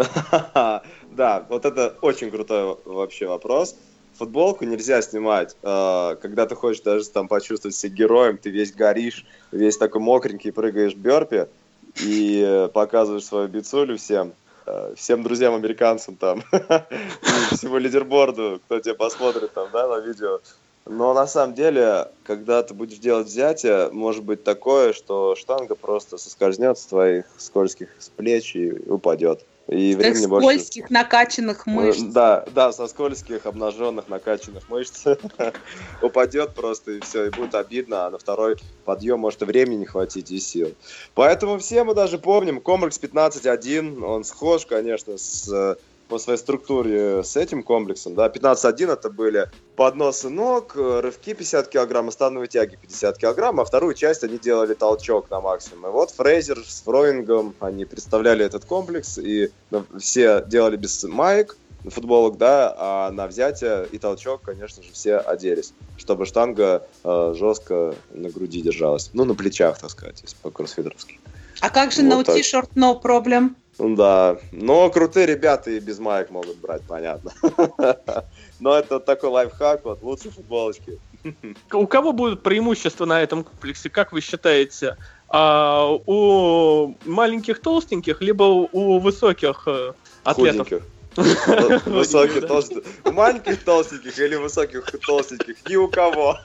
Да, вот это очень крутой вообще вопрос. Футболку нельзя снимать, когда ты хочешь даже там почувствовать себя героем, ты весь горишь, весь такой мокренький, прыгаешь в бёрпи и показываешь свою бицулю всем, всем друзьям-американцам там, и всему лидерборду, кто тебя посмотрит там, да, на видео. Но на самом деле, когда ты будешь делать взятие, может быть такое, что штанга просто соскользнет с твоих скользких с плеч и упадет. И с скользких, больше... накачанных мышц. Да, да, со скользких, обнаженных, накачанных мышц упадет просто, и все, и будет обидно, а на второй подъем может и времени не хватить, и сил. Поэтому все мы даже помним, комплекс пятнадцать один, он схож, конечно, с... по своей структуре с этим комплексом, да, пятнадцать один это были подносы ног, рывки пятьдесят килограмм, становые тяги пятьдесят килограмм, а вторую часть они делали толчок на максимум. И вот Фрейзер с Фроингом, они представляли этот комплекс, и ну, все делали без маек, футболок, да, а на взятие и толчок, конечно же, все оделись, чтобы штанга э, жестко на груди держалась, ну, на плечах, так сказать, если по-кроссфитеровски. А как же вот no так. T-shirt, no problem? Да, но крутые ребята и без маек могут брать, понятно. Но это такой лайфхак, вот, лучше футболочки. У кого будут преимущества на этом комплексе, как вы считаете? А, у маленьких толстеньких, либо у высоких э, атлетов? Худеньких. Высоких, толстых. Маленьких толстеньких или высоких толстеньких? Ни у кого.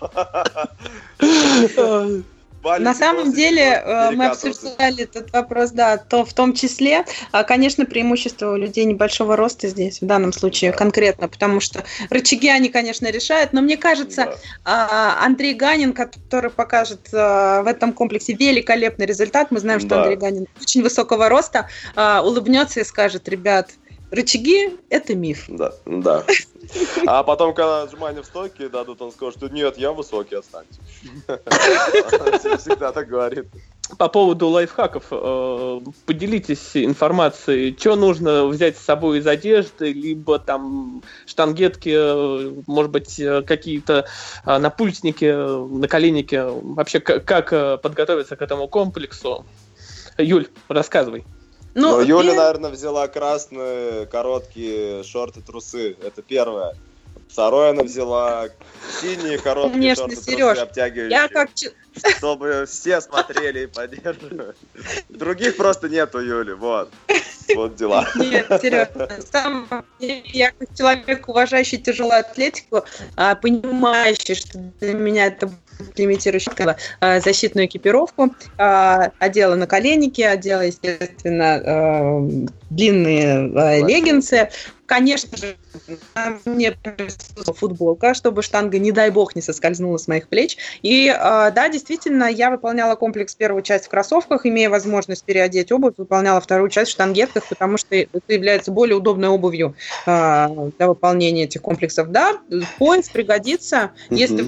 На самом деле мы обсуждали этот вопрос, да, то в том числе, конечно, преимущество у людей небольшого роста здесь, в данном случае да. конкретно, потому что рычаги они, конечно, решают, но мне кажется, да. Андрей Ганин, который покажет в этом комплексе великолепный результат, мы знаем, что да. Андрей Ганин очень высокого роста, улыбнется и скажет: ребят, рычаги – это миф. Да, да. А потом, когда отжимания в стойке дадут, он скажет, что нет, я высокий, отстаньте. Всегда так говорит. По поводу лайфхаков, поделитесь информацией, что нужно взять с собой из одежды, либо там штангетки, может быть, какие-то напульсники, наколенники. Вообще, как подготовиться к этому комплексу? Юль, рассказывай. Ну, Но Юля, и... наверное, взяла красные короткие шорты-трусы. Это первое. Второе, она взяла синие короткие Конечно, шорты-трусы Сереж, обтягивающие. Я как... Чтобы все смотрели и поддерживали. Других просто нет у Юли, вот. Вот дела. Нет, Сереж, сам я как человек, уважающий тяжелую атлетику, понимающий, что для меня это лимитирующая защитную экипировку, одела наколенники, одела, естественно, длинные леггинсы. Конечно же, мне присутствовала футболка, чтобы штанга, не дай бог, не соскользнула с моих плеч. И да, действительно, я выполняла комплекс первую часть в кроссовках, имея возможность переодеть обувь, выполняла вторую часть в штангетках, потому что это является более удобной обувью для выполнения этих комплексов. Да, пояс пригодится, mm-hmm. если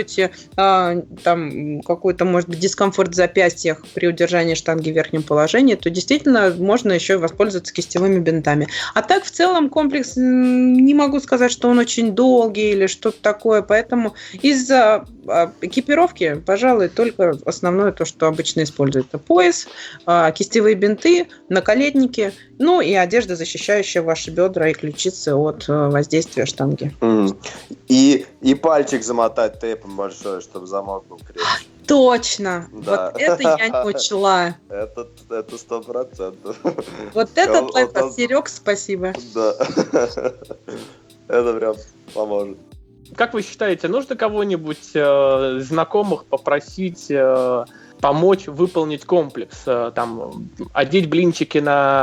там какой-то, может быть, дискомфорт в запястьях при удержании штанги в верхнем положении, то действительно можно еще воспользоваться кистевыми бинтами. А так, в целом, комплекс, не могу сказать, что он очень долгий или что-то такое, поэтому из-за экипировки, пожалуй, только основное то, что обычно используют. Это пояс, кистевые бинты, наколетники, ну и одежда, защищающая ваши бедра и ключицы от воздействия штанги. Mm. И, и пальчик замотать тейпом большой, чтобы замок был крепче. Точно! Да. Вот это я не учла. Это сто процентов. Вот этот лайфхак, Серег, спасибо. Да. Это прям поможет. Как вы считаете, нужно кого-нибудь э, знакомых попросить э, помочь выполнить комплекс, там, одеть блинчики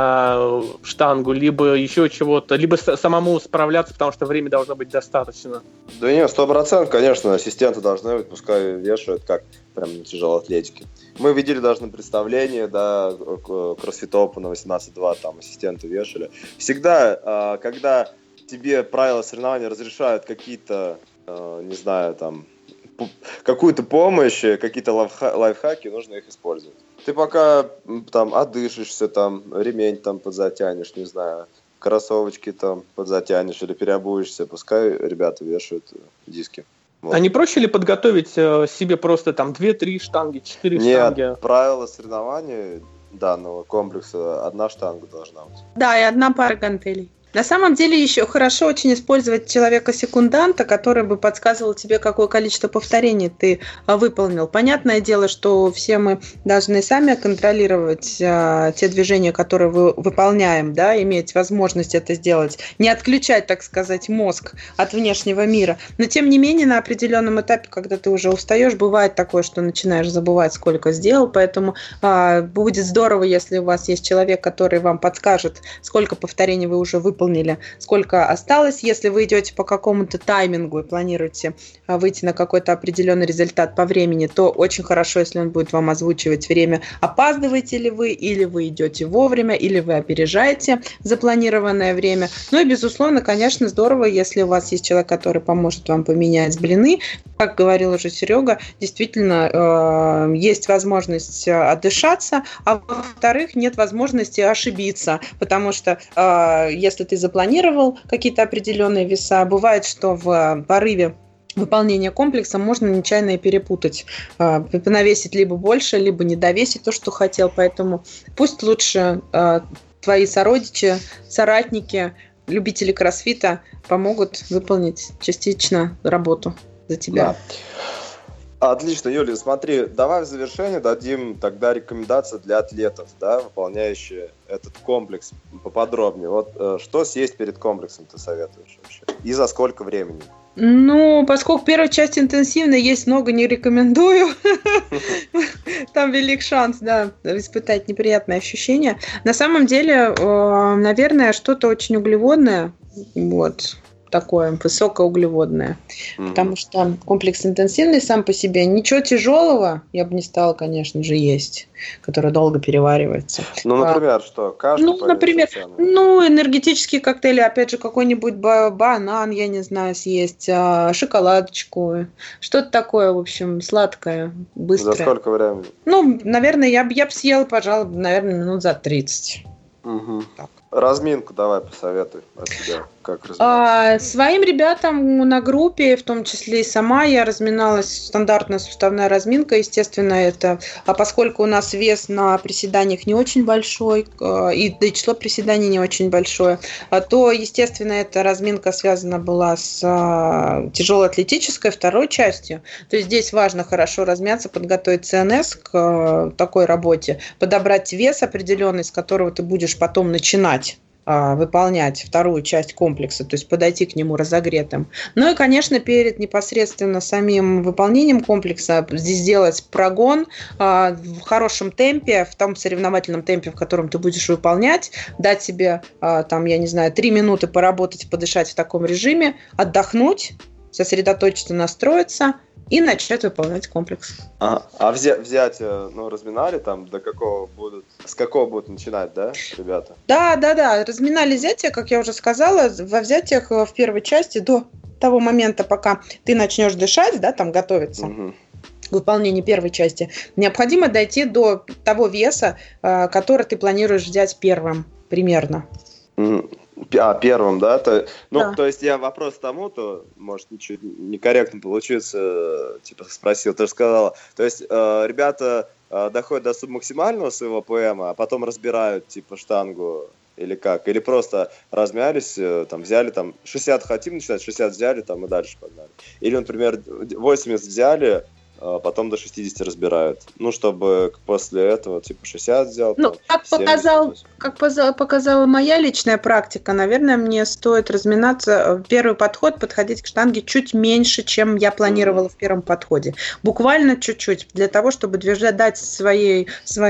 на штангу, либо еще чего-то, либо самому справляться, потому что времени должно быть достаточно? Да нет, сто процентов, конечно, ассистенты должны быть, пускай вешают, как прям на тяжелой атлетике. Мы видели даже на представлении, да, CrossFit Open на восемнадцать два, там ассистенты вешали. Всегда, когда тебе правила соревнования разрешают какие-то, не знаю, там, какую-то помощь, какие-то лайфха- лайфхаки, нужно их использовать. Ты пока там отдышишься, там, ремень там подзатянешь, не знаю, кроссовочки там подзатянешь или переобуешься, пускай ребята вешают диски. Вот. А не проще ли подготовить э, себе просто там две-три штанги, четыре штанги? Нет, правила соревнований данного комплекса одна штанга должна быть. Да, и одна пара гантелей. На самом деле еще хорошо очень использовать человека-секунданта, который бы подсказывал тебе, какое количество повторений ты выполнил. Понятное дело, что все мы должны сами контролировать а, те движения, которые вы, выполняем, да, иметь возможность это сделать, не отключать, так сказать, мозг от внешнего мира. Но тем не менее, на определенном этапе, когда ты уже устаешь, бывает такое, что начинаешь забывать, сколько сделал, поэтому а, будет здорово, если у вас есть человек, который вам подскажет, сколько повторений вы уже выполнили, выполнили, сколько осталось. Если вы идете по какому-то таймингу и планируете выйти на какой-то определенный результат по времени, то очень хорошо, если он будет вам озвучивать время, опаздываете ли вы, или вы идете вовремя, или вы опережаете запланированное время. Ну и, безусловно, конечно, здорово, если у вас есть человек, который поможет вам поменять блины. Как говорил уже Серега, действительно э, есть возможность отдышаться, а во-вторых, нет возможности ошибиться, потому что э, если ты запланировал какие-то определенные веса, бывает, что в порыве выполнения комплекса можно нечаянно и перепутать, э, навесить либо больше, либо не довесить то, что хотел, поэтому пусть лучше э, твои сородичи, соратники, любители кроссфита помогут выполнить частично работу за тебя. Да. Отлично, Юлия, смотри, давай в завершение дадим тогда рекомендации для атлетов, да, выполняющие этот комплекс поподробнее. Вот э, что съесть перед комплексом ты советуешь вообще? И за сколько времени? Ну, поскольку первая часть интенсивная, есть много, не рекомендую. Там велик шанс, да, испытать неприятные ощущения. На самом деле, наверное, что-то очень углеводное, вот, такое высокоуглеводное, mm-hmm. потому что комплекс интенсивный сам по себе. Ничего тяжелого я бы не стала, конечно же, есть, которое долго переваривается. Ну, например, а, что? Кашка? Ну, например, ну, энергетические коктейли, опять же, какой-нибудь банан, я не знаю, съесть, шоколадочку, что-то такое, в общем, сладкое, быстрое. За сколько времени? Ну, наверное, я бы я б съела, пожалуй, наверное, минут за тридцать. Угу. Так. Разминку давай посоветуй от тебя, как разминаться. А, своим ребятам на группе, в том числе и сама, я разминалась, стандартная суставная разминка, естественно, это, а поскольку у нас вес на приседаниях не очень большой, и да и число приседаний не очень большое, то, естественно, эта разминка связана была с тяжелоатлетической второй частью, то есть здесь важно хорошо размяться, подготовить ЦНС к такой работе, подобрать вес определенный, с которого ты будешь потом начинать выполнять вторую часть комплекса, то есть подойти к нему разогретым. Ну и, конечно, перед непосредственно самим выполнением комплекса здесь сделать прогон а, в хорошем темпе, в том соревновательном темпе, в котором ты будешь выполнять, дать себе, а, там, я не знаю, три минуты поработать, подышать в таком режиме, отдохнуть, сосредоточиться, настроиться и начать выполнять комплекс. А, а взять, взять, ну, разминали там, до какого будут, с какого будут начинать, да, ребята? Да, да, да, разминали взятия, как я уже сказала, во взятиях в первой части до того момента, пока ты начнешь дышать, да, там готовиться. Угу. К выполнению первой части, необходимо дойти до того веса, который ты планируешь взять первым, примерно. А, первым, да? То, ну, да. То есть я вопрос тому, то, может, ничего некорректно получится, типа, спросил. Ты же сказала, то есть э, ребята э, доходят до субмаксимального своего ПМа, а потом разбирают, типа, штангу или как? Или просто размялись, э, там, взяли, там, шестьдесят хотим начинать, шестьдесят взяли, там, и дальше погнали. Или, например, восемьдесят взяли, а потом до шестидесяти разбирают. Ну, чтобы после этого, типа, шестьдесят сделать. Ну, как, показал, как показала моя личная практика, наверное, мне стоит разминаться. Первый подход, подходить к штанге чуть меньше, чем я планировала mm-hmm. в первом подходе. Буквально чуть-чуть, для того, чтобы движение, дать своей,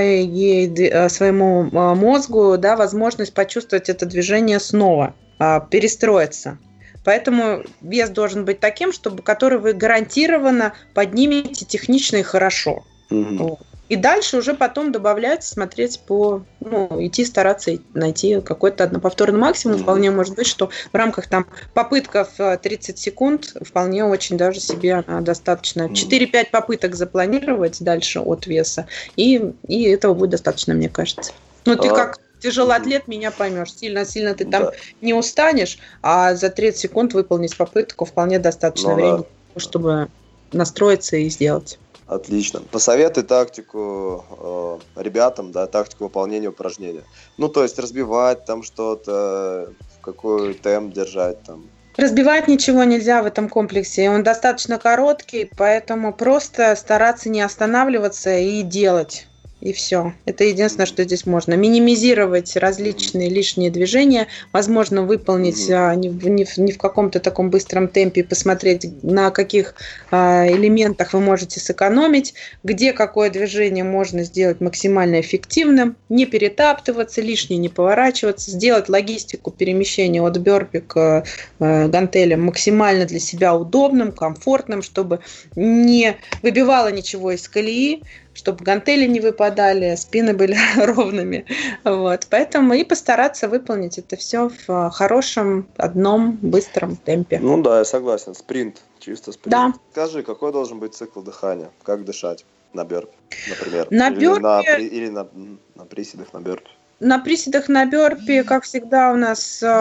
своей, своему мозгу, да, возможность почувствовать это движение снова, перестроиться. Поэтому вес должен быть таким, чтобы, который вы гарантированно поднимете технично и хорошо. Mm-hmm. И дальше уже потом добавлять, смотреть по, ну, идти стараться найти какой-то одноповторный максимум. Mm-hmm. Вполне может быть, что в рамках там попытка в тридцать секунд вполне очень даже себе достаточно. Mm-hmm. четыре-пять попыток запланировать дальше от веса, и, и этого будет достаточно, мне кажется. Ну, ты а... как... Тяжелоатлет, меня поймешь. Сильно-сильно ты там да. не устанешь, а за тридцать секунд выполнить попытку вполне достаточно ну, времени, да. чтобы настроиться и сделать. Отлично. Посоветуй тактику э, ребятам, да, тактику выполнения упражнения. Ну, то есть разбивать там что-то, в какой темп держать там. Разбивать ничего нельзя в этом комплексе. Он достаточно короткий, поэтому просто стараться не останавливаться и делать. И все. Это единственное, что здесь можно. Минимизировать различные лишние движения, возможно, выполнить mm-hmm. а, не, в, не, в, не в каком-то таком быстром темпе, посмотреть, на каких а, элементах вы можете сэкономить, где какое движение можно сделать максимально эффективным, не перетаптываться, лишнее не поворачиваться, сделать логистику перемещения от бёрпи к а, гантелям максимально для себя удобным, комфортным, чтобы не выбивало ничего из колеи, чтобы гантели не выпадали, спины были ровными. Вот. Поэтому и постараться выполнить это все в хорошем, одном, быстром темпе. Ну да, я согласен. Спринт, чисто спринт. Да. Скажи, какой должен быть цикл дыхания? Как дышать на бёрпи, например? На или бёрпи... На, или на, на приседах на бёрпи? На приседах на бёрпи, как всегда, у нас э,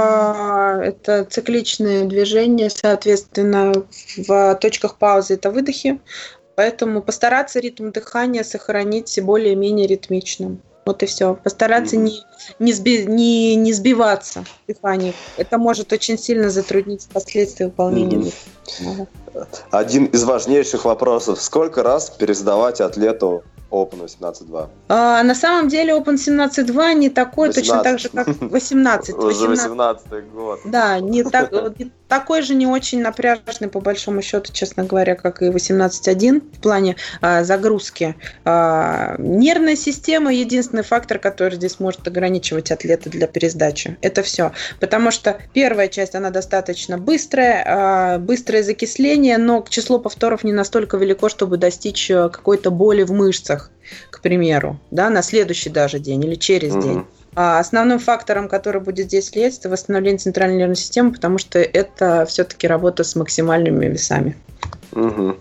это цикличные движения, соответственно, в точках паузы это выдохи. Поэтому постараться ритм дыхания сохранить более-менее ритмичным. Вот и все. Постараться mm-hmm. не, не, сби, не, не сбиваться в дыхании. Это может очень сильно затруднить последствия выполнения. Mm-hmm. Один из важнейших вопросов. Сколько раз пересдавать атлету Open восемнадцать два? А, на самом деле Open семнадцать два не такой, восемнадцать. Точно так же, как восемнадцать. Уже восемнадцатый год. Да, не, так, не такой же не очень напряжный, по большому счету, честно говоря, как и восемнадцать один в плане а, загрузки. А, нервная система — единственный фактор, который здесь может ограничивать атлета для пересдачи. Это все. Потому что первая часть, она достаточно быстрая, а, быстрое закисление, но число повторов не настолько велико, чтобы достичь какой-то боли в мышцах, к примеру, да, на следующий даже день или через mm-hmm. день. А основным фактором, который будет здесь влиять, это восстановление центральной нервной системы, потому что это все-таки работа с максимальными весами. Mm-hmm.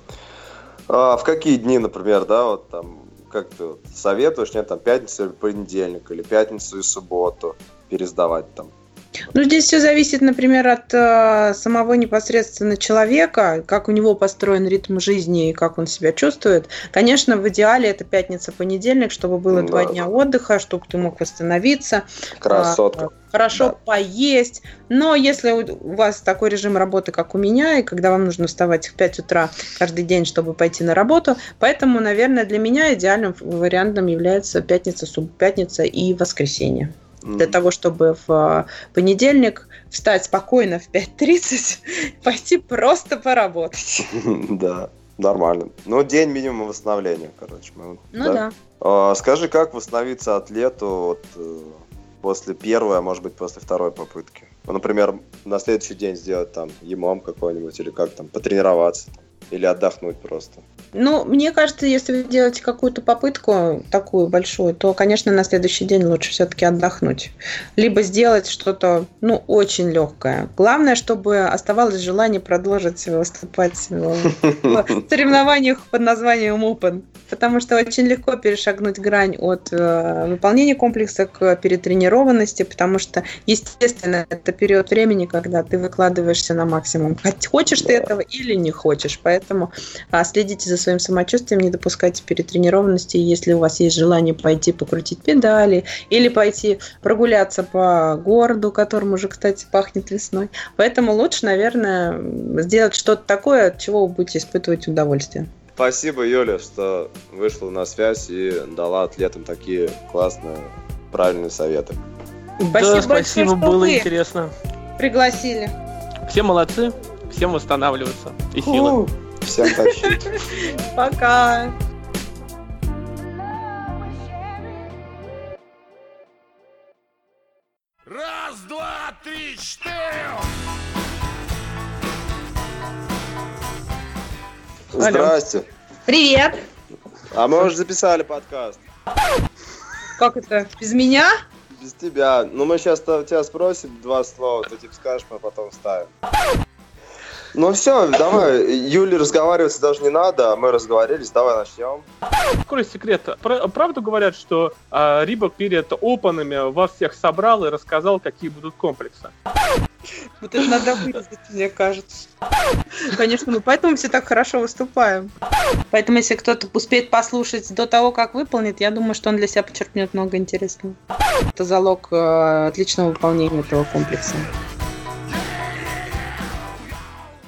А в какие дни, например, да, вот там, как ты вот советуешь, нет, там пятницу или понедельник, или пятницу и субботу пересдавать там? Ну, здесь все зависит, например, от э, самого непосредственно человека, как у него построен ритм жизни и как он себя чувствует. Конечно, в идеале это пятница-понедельник, чтобы было да. два дня отдыха, чтобы ты мог восстановиться. Красотка. Э, хорошо да. поесть. Но если у вас такой режим работы, как у меня, и когда вам нужно вставать в пять утра каждый день, чтобы пойти на работу, поэтому, наверное, для меня идеальным вариантом является пятница, субпятница и воскресенье. Для того, чтобы в понедельник встать спокойно в пять тридцать, пойти просто поработать. Да, нормально. Ну, день минимум восстановления, короче. Мы, ну да. да. А, скажи, как восстановиться атлету вот, после первой, а может быть после второй попытки? Ну, например, на следующий день сделать там ЕМОМ какой-нибудь, или как там, потренироваться, или отдохнуть просто. Ну, мне кажется, если вы делаете какую-то попытку такую большую, то, конечно, на следующий день лучше все-таки отдохнуть. Либо сделать что-то, ну, очень легкое. Главное, чтобы оставалось желание продолжить выступать в соревнованиях под названием Open. Потому что очень легко перешагнуть грань от выполнения комплекса к перетренированности, потому что, естественно, это период времени, когда ты выкладываешься на максимум. Хочешь ты этого или не хочешь. Поэтому следите за своим самочувствием, не допускайте перетренированности. Если у вас есть желание пойти покрутить педали или пойти прогуляться по городу, которым уже, кстати, пахнет весной. Поэтому лучше, наверное, сделать что-то такое, от чего вы будете испытывать удовольствие. Спасибо, Юля, что вышла на связь и дала атлетам такие классные, правильные советы. Спасибо, да, большое, спасибо, что было вы интересно. Пригласили. Все молодцы, всем восстанавливаться. И силы. Фу. Всем тащить. Пока. Раз, два, три, четыре! Здрасте. Привет. А мы уже записали подкаст. Как это? Без меня? Без тебя. Ну, мы сейчас тебя спросим два слова, ты типа скажешь, мы потом вставим. Ну все, давай. Юле разговариваться даже не надо, а мы разговорились, давай начнем. Какой секрет? Про- правду говорят, что а, Рибок перед опенами вас всех собрал и рассказал, какие будут комплексы. Вот это надо вырезать, мне кажется. Конечно, мы поэтому все так хорошо выступаем. Поэтому, если кто-то успеет послушать до того, как выполнит, я думаю, что он для себя почерпнет много интересного. Это залог э, отличного выполнения этого комплекса.